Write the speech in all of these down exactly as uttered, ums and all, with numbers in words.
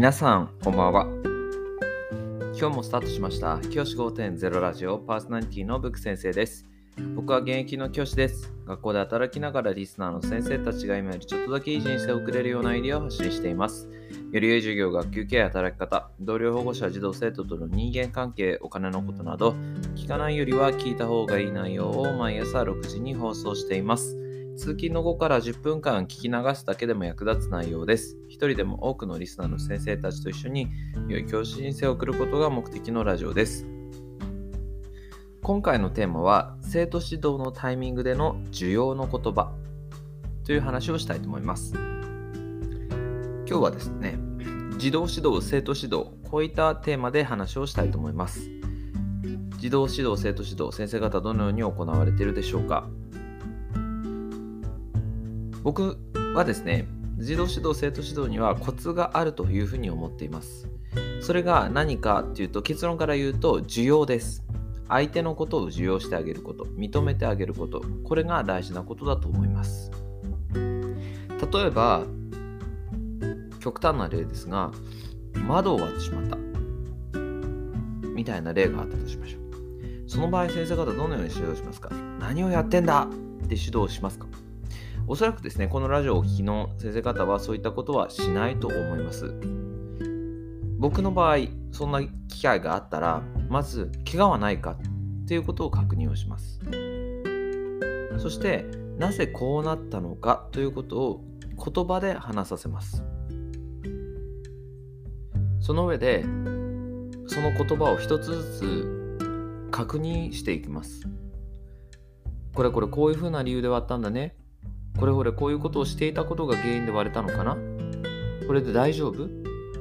皆さんこんばんは。今日もスタートしました教師 ごてんゼロ ラジオパーソナリティのブック先生です。僕は現役の教師です。学校で働きながらリスナーの先生たちが今よりちょっとだけいい人生を送れるようなアイディアを発信しています。より良い授業、学級ケア、働き方、同僚保護者、児童生徒との人間関係、お金のことなど聞かないよりは聞いた方がいい内容を毎朝ろくじに放送しています。通勤の後からじゅっぷんかん聞き流すだけでも役立つ内容です。一人でも多くのリスナーの先生たちと一緒に良い教師人生を送ることが目的のラジオです。今回のテーマは生徒指導のタイミングでの需要の言葉という話をしたいと思います。今日はですね、児童指導、生徒指導、こういったテーマで話をしたいと思います。児童指導、生徒指導、先生方どのように行われているでしょうか。僕はですね、児童指導、生徒指導にはコツがあるというふうに思っています。それが何かというと、結論から言うと需要です。相手のことを受容してあげること、認めてあげること、これが大事なことだと思います。例えば、極端な例ですが、窓を割ってしまったみたいな例があったとしましょう。その場合、先生方どのように指導しますか？何をやってんだって指導しますか？おそらくですね、このラジオをお聞きの先生方はそういったことはしないと思います。僕の場合、そんな機会があったら、まず怪我はないかっていうことを確認をします。そして、なぜこうなったのかということを言葉で話させます。その上で、その言葉を一つずつ確認していきます。これこれこういうふうな理由で割ったんだね。これこれこういうことをしていたことが原因で割れたのかな？これで大丈夫？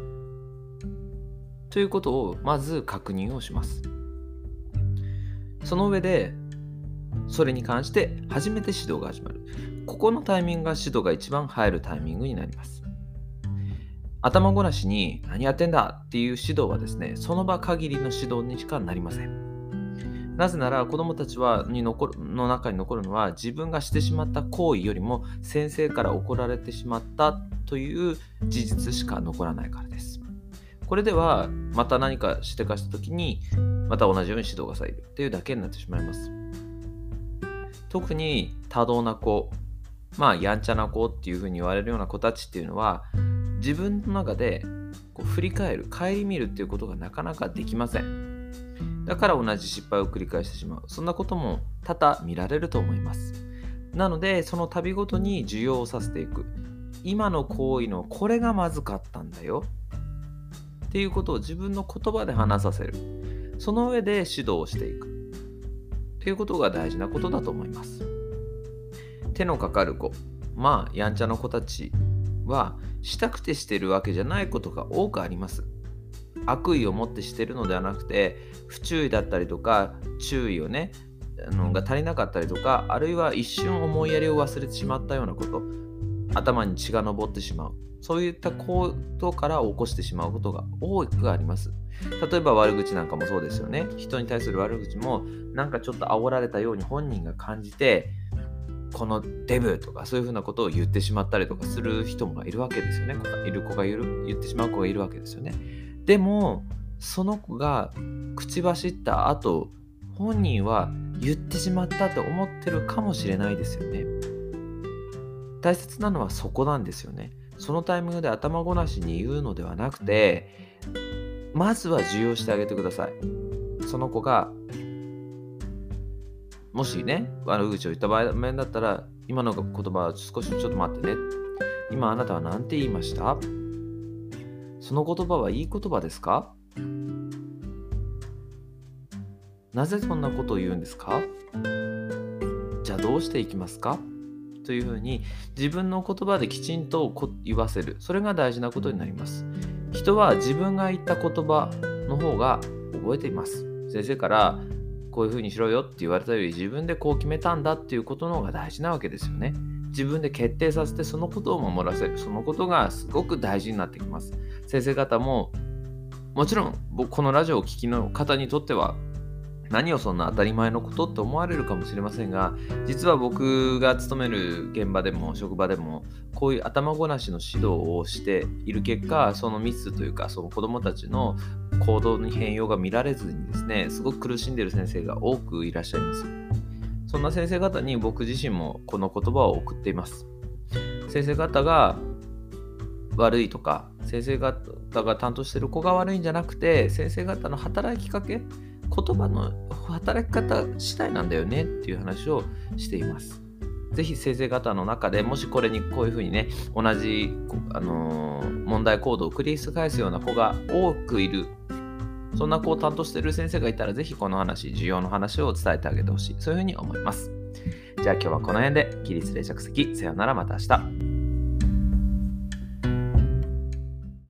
ということをまず確認をします。その上で、それに関して初めて指導が始まる。ここのタイミングが指導が一番入るタイミングになります。頭ごなしに何やってんだっていう指導はですね、その場限りの指導にしかなりません。なぜなら子どもたちはに残るの中に残るのは、自分がしてしまった行為よりも先生から怒られてしまったという事実しか残らないからです。これではまた何かしてかした時にまた同じように指導がされるというだけになってしまいます。特に多動な子、まあやんちゃな子っていうふうに言われるような子たちっていうのは、自分の中でこう振り返る、顧みるっていうことがなかなかできません。だから同じ失敗を繰り返してしまう。そんなことも多々見られると思います。なので、その度ごとに受容をさせていく。今の行為のこれがまずかったんだよっていうことを自分の言葉で話させる。その上で指導をしていくということが大事なことだと思います。手のかかる子、まあやんちゃな子たちはしたくてしてるわけじゃないことが多くあります。悪意を持ってしてるのではなくて、不注意だったりとか、注意をねあのが足りなかったりとか、あるいは一瞬思いやりを忘れてしまったようなこと、頭に血が上ってしまう、そういったことから起こしてしまうことが多くあります。例えば悪口なんかもそうですよね。人に対する悪口もなんかちょっと煽られたように本人が感じて、このデブとかそういうふうなことを言ってしまったりとかする人もいるわけですよね。いる子がいる、言ってしまう子がいるわけですよね。でもその子が口走った後、本人は言ってしまったと思ってるかもしれないですよね。大切なのはそこなんですよね。そのタイミングで頭ごなしに言うのではなくて、まずは受容してあげてください。その子がもしね、悪口を言った場面だったら、今の言葉は少しちょっと待ってね。今あなたは何て言いました？その言葉はいい言葉ですか？なぜそんなことを言うんですか？じゃあどうしていきますか？というふうに自分の言葉できちんと言わせる。それが大事なことになります。人は自分が言った言葉の方が覚えています。先生からこういうふうにしろよって言われたより、自分でこう決めたんだっていうことの方が大事なわけですよね。自分で決定させて、そのことを守らせる。そのことがすごく大事になってきます。先生方ももちろんこのラジオをお聞きの方にとっては何をそんな当たり前のことって思われるかもしれませんが、実は僕が勤める現場でも職場でもこういう頭ごなしの指導をしている結果、そのミスというか、その子どもたちの行動に変容が見られずにですね、すごく苦しんでいる先生が多くいらっしゃいます。そんな先生方に僕自身もこの言葉を送っています。先生方が悪いとか、先生方が担当している子が悪いんじゃなくて、先生方の働きかけ、言葉の働き方次第なんだよねっていう話をしています。ぜひ先生方の中でもしこれにこういうふうにね、同じ、あのー問題行動を繰り返すような子が多くいる、そんな子を担当している先生がいたら、ぜひこの話、需要の話を伝えてあげてほしい、そういうふうに思います。じゃあ今日はこの辺で。起立例着席。さよなら、また明日。